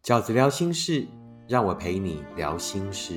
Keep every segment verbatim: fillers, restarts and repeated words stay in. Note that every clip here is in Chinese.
饺子聊心事，让我陪你聊心事。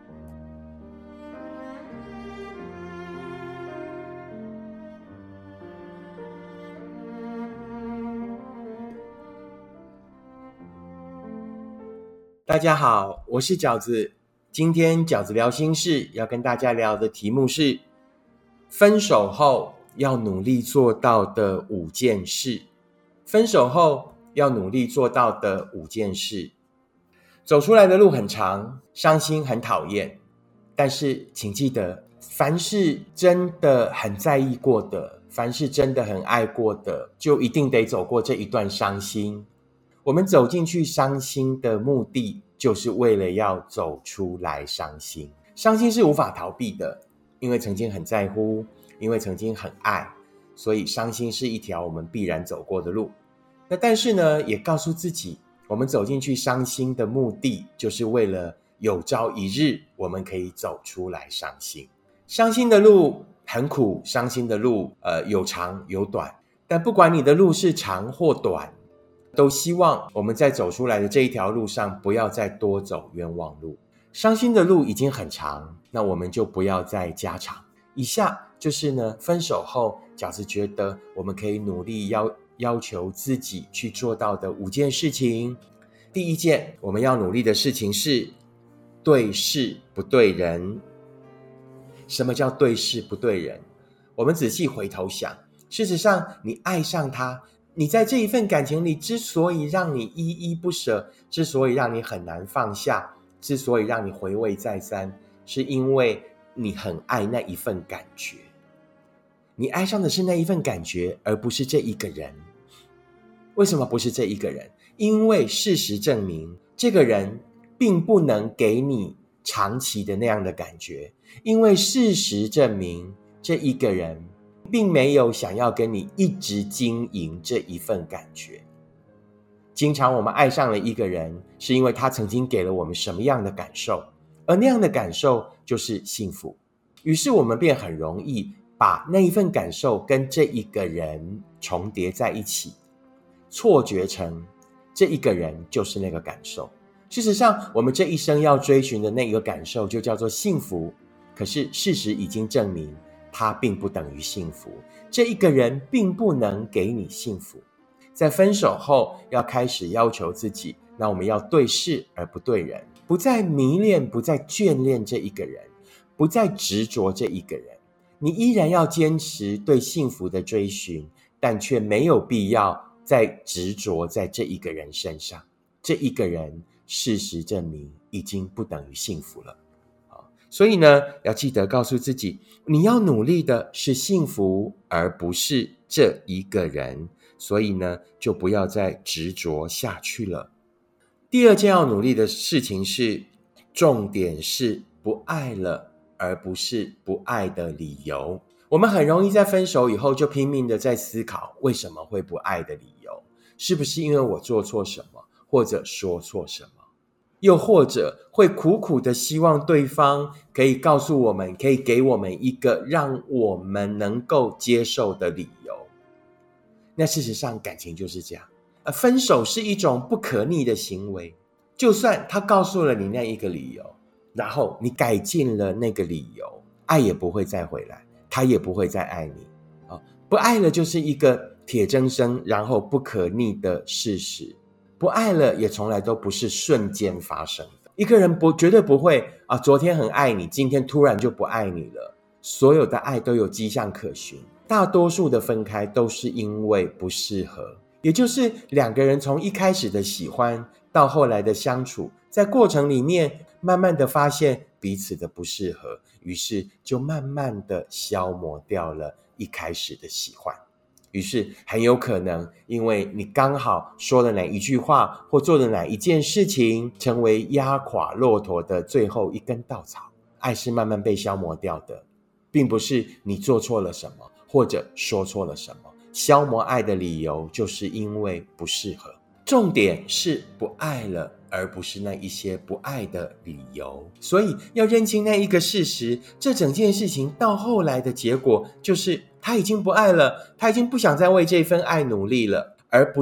大家好，我是饺子。今天饺子聊心事要跟大家聊的题目是分手后要努力做到的五件事。分手后要努力做到的五件事。走出来的路很长，伤心很讨厌，但是请记得，凡是真的很在意过的，凡是真的很爱过的，就一定得走过这一段伤心。我们走进去伤心的目的，就是为了要走出来伤心。伤心是无法逃避的，因为曾经很在乎，因为曾经很爱，所以伤心是一条我们必然走过的路。那但是呢，也告诉自己，我们走进去伤心的目的，就是为了有朝一日我们可以走出来伤心。伤心的路很苦，伤心的路呃有长有短，但不管你的路是长或短，都希望我们在走出来的这一条路上，不要再多走冤枉路。伤心的路已经很长，那我们就不要再加长。以下就是呢，分手后饺子觉得我们可以努力要要求自己去做到的五件事情。第一件我们要努力的事情是对事不对人。什么叫对事不对人？我们仔细回头想，事实上你爱上他，你在这一份感情里之所以让你依依不舍，之所以让你很难放下，之所以让你回味再三，是因为你很爱那一份感觉。你爱上的是那一份感觉，而不是这一个人。为什么不是这一个人？因为事实证明，这个人并不能给你长期的那样的感觉。因为事实证明，这一个人并没有想要跟你一直经营这一份感觉。经常我们爱上了一个人，是因为他曾经给了我们什么样的感受，而那样的感受就是幸福。于是我们便很容易把那一份感受跟这一个人重叠在一起，错觉成这一个人就是那个感受。事实上，我们这一生要追寻的那个感受就叫做幸福，可是事实已经证明，它并不等于幸福。这一个人并不能给你幸福。在分手后要开始要求自己，那我们要对事而不对人，不再迷恋，不再眷恋这一个人，不再执着这一个人。你依然要坚持对幸福的追寻，但却没有必要再执着在这一个人身上。这一个人事实证明已经不等于幸福了。所以呢，要记得告诉自己，你要努力的是幸福，而不是这一个人。所以呢，就不要再执着下去了。第二件要努力的事情是，重点是不爱了，而不是不爱的理由。我们很容易在分手以后就拼命的在思考，为什么会不爱的理由？是不是因为我做错什么，或者说错什么？又或者会苦苦的希望对方可以告诉我们，可以给我们一个让我们能够接受的理由。那事实上感情就是这样，而分手是一种不可逆的行为。就算他告诉了你那一个理由，然后你改进了那个理由，爱也不会再回来，他也不会再爱你。哦，不爱了就是一个铁铮铮然后不可逆的事实。不爱了也从来都不是瞬间发生的。一个人不绝对不会啊，昨天很爱你，今天突然就不爱你了。所有的爱都有迹象可循，大多数的分开都是因为不适合，也就是两个人从一开始的喜欢到后来的相处，在过程里面慢慢的发现彼此的不适合，于是就慢慢的消磨掉了一开始的喜欢。于是很有可能因为你刚好说了哪一句话或做了哪一件事情，成为压垮骆驼的最后一根稻草。爱是慢慢被消磨掉的，并不是你做错了什么或者说错了什么。消磨爱的理由就是因为不适合。重点是不爱了，而不是那一些不爱的理由。所以要认清那一个事实，这整件事情到后来的结果就是他已经不爱了，他已经不想再为这份爱努力了，而不是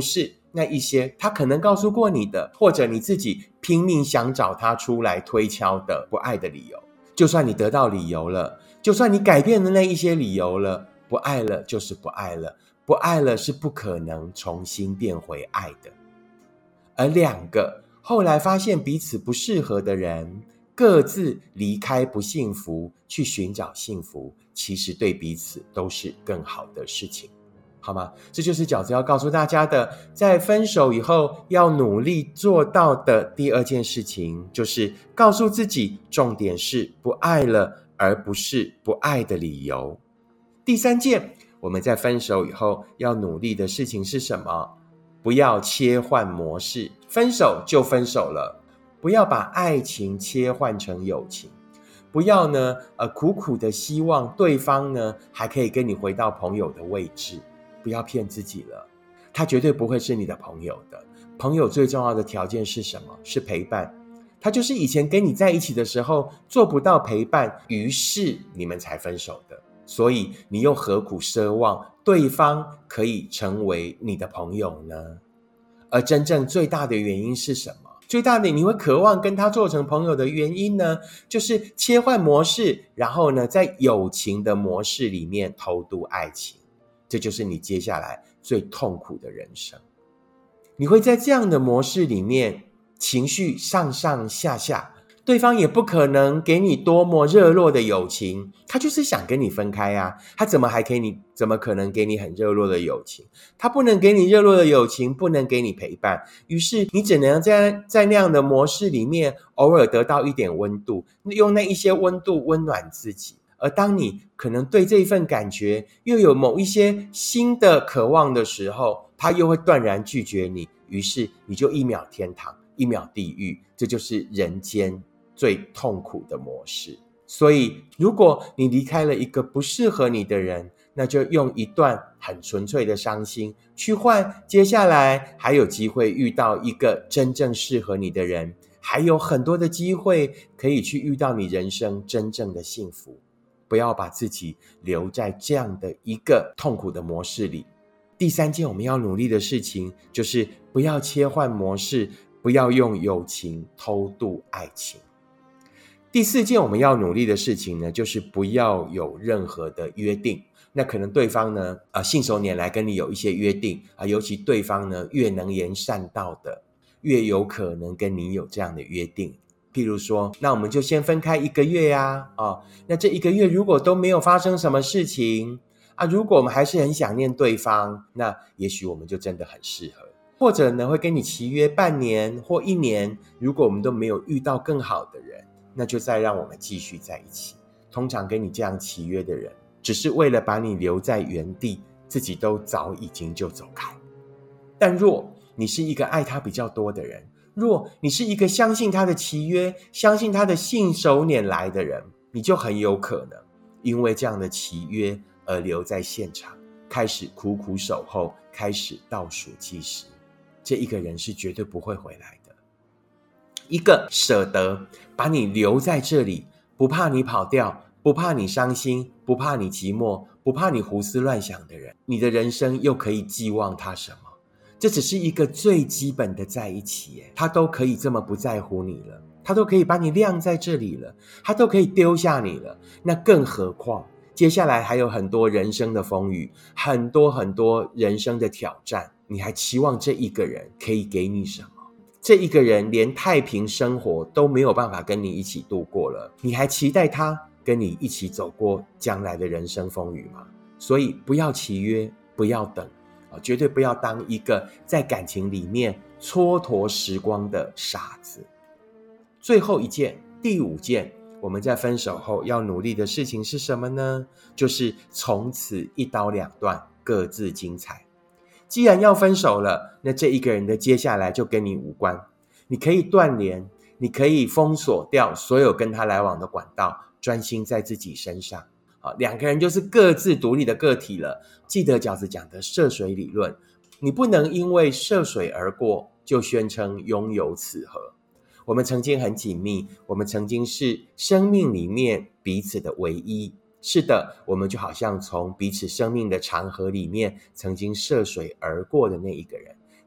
那一些他可能告诉过你的，或者你自己拼命想找他出来推敲的不爱的理由。就算你得到理由了，就算你改变了那一些理由了，不爱了就是不爱了，不爱了是不可能重新变回爱的。而两个后来发现彼此不适合的人，各自离开不幸福，去寻找幸福，其实对彼此都是更好的事情，好吗？这就是饺子要告诉大家的，在分手以后要努力做到的第二件事情，就是告诉自己，重点是不爱了，而不是不爱的理由。第三件，我们在分手以后要努力的事情是什么？不要切换模式，分手就分手了，不要把爱情切换成友情，不要呢呃苦苦的希望对方呢还可以跟你回到朋友的位置，不要骗自己了，他绝对不会是你的朋友的。朋友最重要的条件是什么？是陪伴。他就是以前跟你在一起的时候做不到陪伴，于是你们才分手的。所以你又何苦奢望对方可以成为你的朋友呢？而真正最大的原因是什么？最大的你会渴望跟他做成朋友的原因呢，就是切换模式，然后呢在友情的模式里面偷渡爱情。这就是你接下来最痛苦的人生。你会在这样的模式里面情绪上上下下，对方也不可能给你多么热络的友情，他就是想跟你分开啊，他怎么还给你怎么可能给你很热络的友情？他不能给你热络的友情，不能给你陪伴，于是你只能在在那样的模式里面偶尔得到一点温度，用那一些温度温暖自己。而当你可能对这一份感觉又有某一些新的渴望的时候，他又会断然拒绝你，于是你就一秒天堂一秒地狱，这就是人间最痛苦的模式。所以如果你离开了一个不适合你的人，那就用一段很纯粹的伤心去换接下来还有机会遇到一个真正适合你的人，还有很多的机会可以去遇到你人生真正的幸福。不要把自己留在这样的一个痛苦的模式里。第三件我们要努力的事情，就是不要切换模式，不要用友情偷渡爱情。第四件我们要努力的事情呢，就是不要有任何的约定。那可能对方呢呃，信手拈来跟你有一些约定啊，尤其对方呢越能言善道的，越有可能跟你有这样的约定。譬如说，那我们就先分开一个月呀、啊哦，那这一个月如果都没有发生什么事情啊，如果我们还是很想念对方，那也许我们就真的很适合。或者呢，会跟你契约半年或一年，如果我们都没有遇到更好的人，那就再让我们继续在一起。通常跟你这样契约的人，只是为了把你留在原地，自己都早已经就走开。但若你是一个爱他比较多的人，若你是一个相信他的契约，相信他的信手拈来的人，你就很有可能因为这样的契约而留在现场，开始苦苦守候，开始倒数计时。这一个人是绝对不会回来的。一个舍得把你留在这里，不怕你跑掉，不怕你伤心，不怕你寂寞，不怕你胡思乱想的人，你的人生又可以寄望他什么？这只是一个最基本的在一起耶，他都可以这么不在乎你了，他都可以把你晾在这里了，他都可以丢下你了，那更何况接下来还有很多人生的风雨，很多很多人生的挑战，你还期望这一个人可以给你什么？这一个人连太平生活都没有办法跟你一起度过了，你还期待他跟你一起走过将来的人生风雨吗？所以不要契约，不要等，绝对不要当一个在感情里面蹉跎时光的傻子。最后一件，第五件，我们在分手后要努力的事情是什么呢？就是从此一刀两断，各自精彩。既然要分手了，那这一个人的接下来就跟你无关。你可以断联，你可以封锁掉所有跟他来往的管道，专心在自己身上。好，两个人就是各自独立的个体了。记得饺子讲的涉水理论，你不能因为涉水而过就宣称拥有此河。我们曾经很紧密，我们曾经是生命里面彼此的唯一。是的，我们就好像从彼此生命的长河里面曾经涉水而过的那一个人。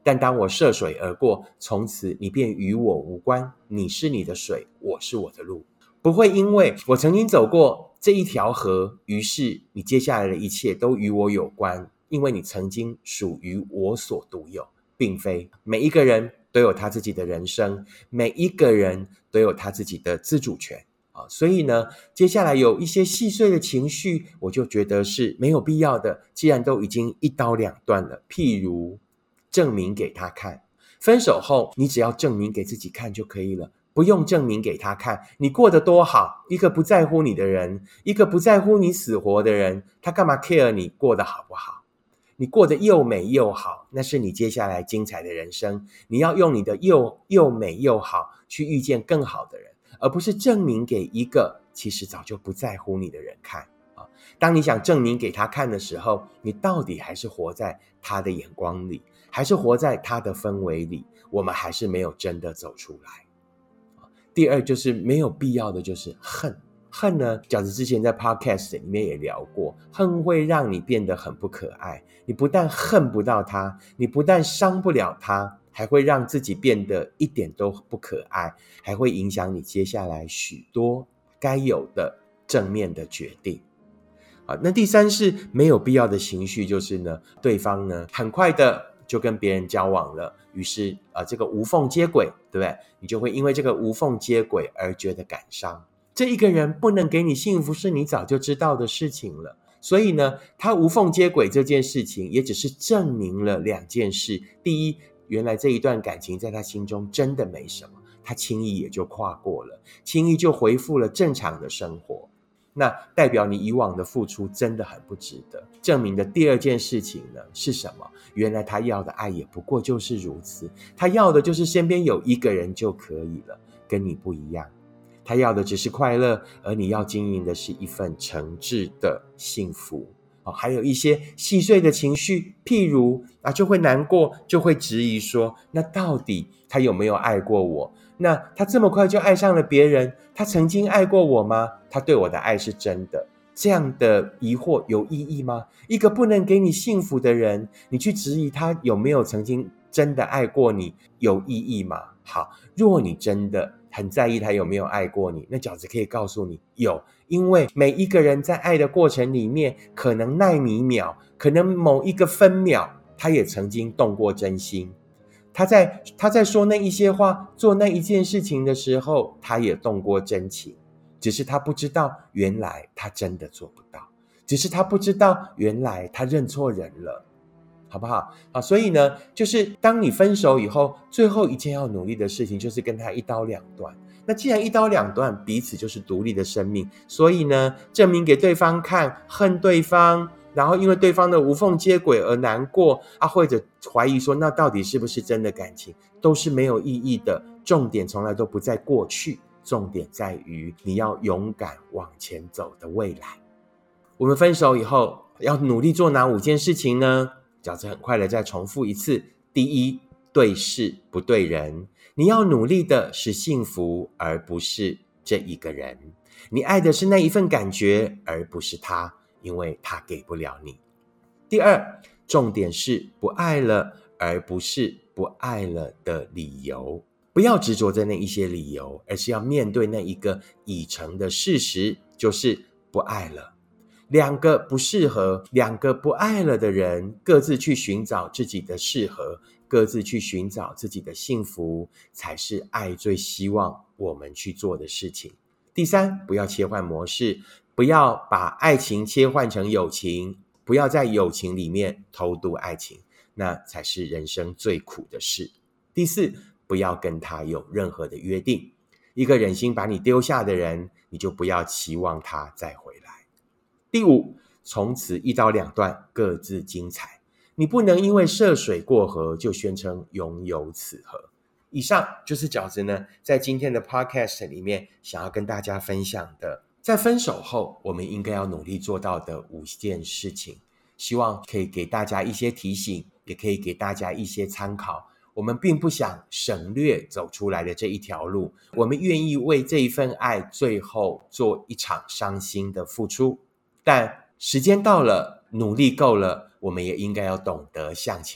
但当我涉水而过，从此你便与我无关，你是你的水，我是我的路。不会因为我曾经走过这一条河，于是你接下来的一切都与我有关，因为你曾经属于我所独有。并非每一个人都有他自己的人生，每一个人都有他自己的自主权啊，所以呢，接下来有一些细碎的情绪，我就觉得是没有必要的。既然都已经一刀两断了，譬如证明给他看，分手后你只要证明给自己看就可以了，不用证明给他看你过得多好。一个不在乎你的人，一个不在乎你死活的人，他干嘛 care 你过得好不好？你过得又美又好，那是你接下来精彩的人生。你要用你的又又美又好去遇见更好的人，而不是证明给一个其实早就不在乎你的人看啊。当你想证明给他看的时候，你到底还是活在他的眼光里，还是活在他的氛围里？我们还是没有真的走出来。第二，就是没有必要的就是恨。恨呢，饺子之前在 podcast 里面也聊过，恨会让你变得很不可爱。你不但恨不到他，你不但伤不了他，还会让自己变得一点都不可爱，还会影响你接下来许多该有的正面的决定。好，那第三是没有必要的情绪，就是呢，对方呢很快的就跟别人交往了，于是呃这个无缝接轨，对不对？你就会因为这个无缝接轨而觉得感伤。这一个人不能给你幸福是你早就知道的事情了，所以呢，他无缝接轨这件事情也只是证明了两件事。第一，原来这一段感情在他心中真的没什么，他轻易也就跨过了，轻易就恢复了正常的生活。那代表你以往的付出真的很不值得。证明的第二件事情呢是什么？原来他要的爱也不过就是如此，他要的就是身边有一个人就可以了，跟你不一样。他要的只是快乐，而你要经营的是一份诚挚的幸福。哦，还有一些细碎的情绪，譬如啊，就会难过，就会质疑说，那到底他有没有爱过我？那他这么快就爱上了别人，他曾经爱过我吗？他对我的爱是真的？这样的疑惑有意义吗？一个不能给你幸福的人，你去质疑他有没有曾经真的爱过你，有意义吗？好，若你真的很在意他有没有爱过你，那饺子可以告诉你有，因为每一个人在爱的过程里面，可能奈米秒，可能某一个分秒，他也曾经动过真心。他在他在说那一些话，做那一件事情的时候，他也动过真情，只是他不知道原来他真的做不到，只是他不知道原来他认错人了，好不好？好，所以呢，就是当你分手以后，最后一件要努力的事情就是跟他一刀两断。那既然一刀两断，彼此就是独立的生命，所以呢，证明给对方看，恨对方，然后因为对方的无缝接轨而难过啊，或者怀疑说那到底是不是真的感情，都是没有意义的。重点从来都不在过去，重点在于你要勇敢往前走的未来。我们分手以后要努力做哪五件事情呢？饺子很快的再重复一次。第一，对事不对人，你要努力的是幸福，而不是这一个人。你爱的是那一份感觉，而不是他，因为他给不了你。第二，重点是不爱了，而不是不爱了的理由。不要执着在那一些理由，而是要面对那一个已成的事实，就是不爱了。两个不适合，两个不爱了的人，各自去寻找自己的适合，各自去寻找自己的幸福，才是爱最希望我们去做的事情。第三，不要切换模式，不要把爱情切换成友情，不要在友情里面偷渡爱情，那才是人生最苦的事。第四，不要跟他有任何的约定，一个忍心把你丢下的人，你就不要期望他再回来。第五，从此一刀两断，各自精彩。你不能因为涉水过河就宣称拥有此河。以上就是饺子呢在今天的 podcast 里面想要跟大家分享的，在分手后我们应该要努力做到的五件事情，希望可以给大家一些提醒，也可以给大家一些参考。我们并不想省略走出来的这一条路，我们愿意为这一份爱最后做一场伤心的付出，但时间到了，努力够了，我们也应该要懂得向前，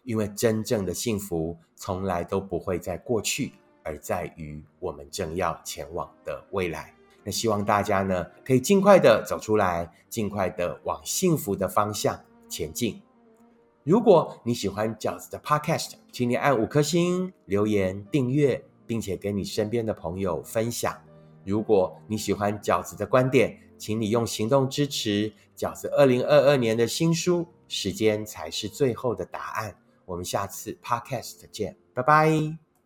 因为真正的幸福从来都不会在过去，而在于我们正要前往的未来。那希望大家呢可以尽快的走出来，尽快的往幸福的方向前进。如果你喜欢饺子的 podcast， 请你按五颗星、留言、订阅，并且跟你身边的朋友分享。如果你喜欢饺子的观点，请你用行动支持饺子二零二二年的新书，时间才是最后的答案。我们下次 podcast 见，拜拜。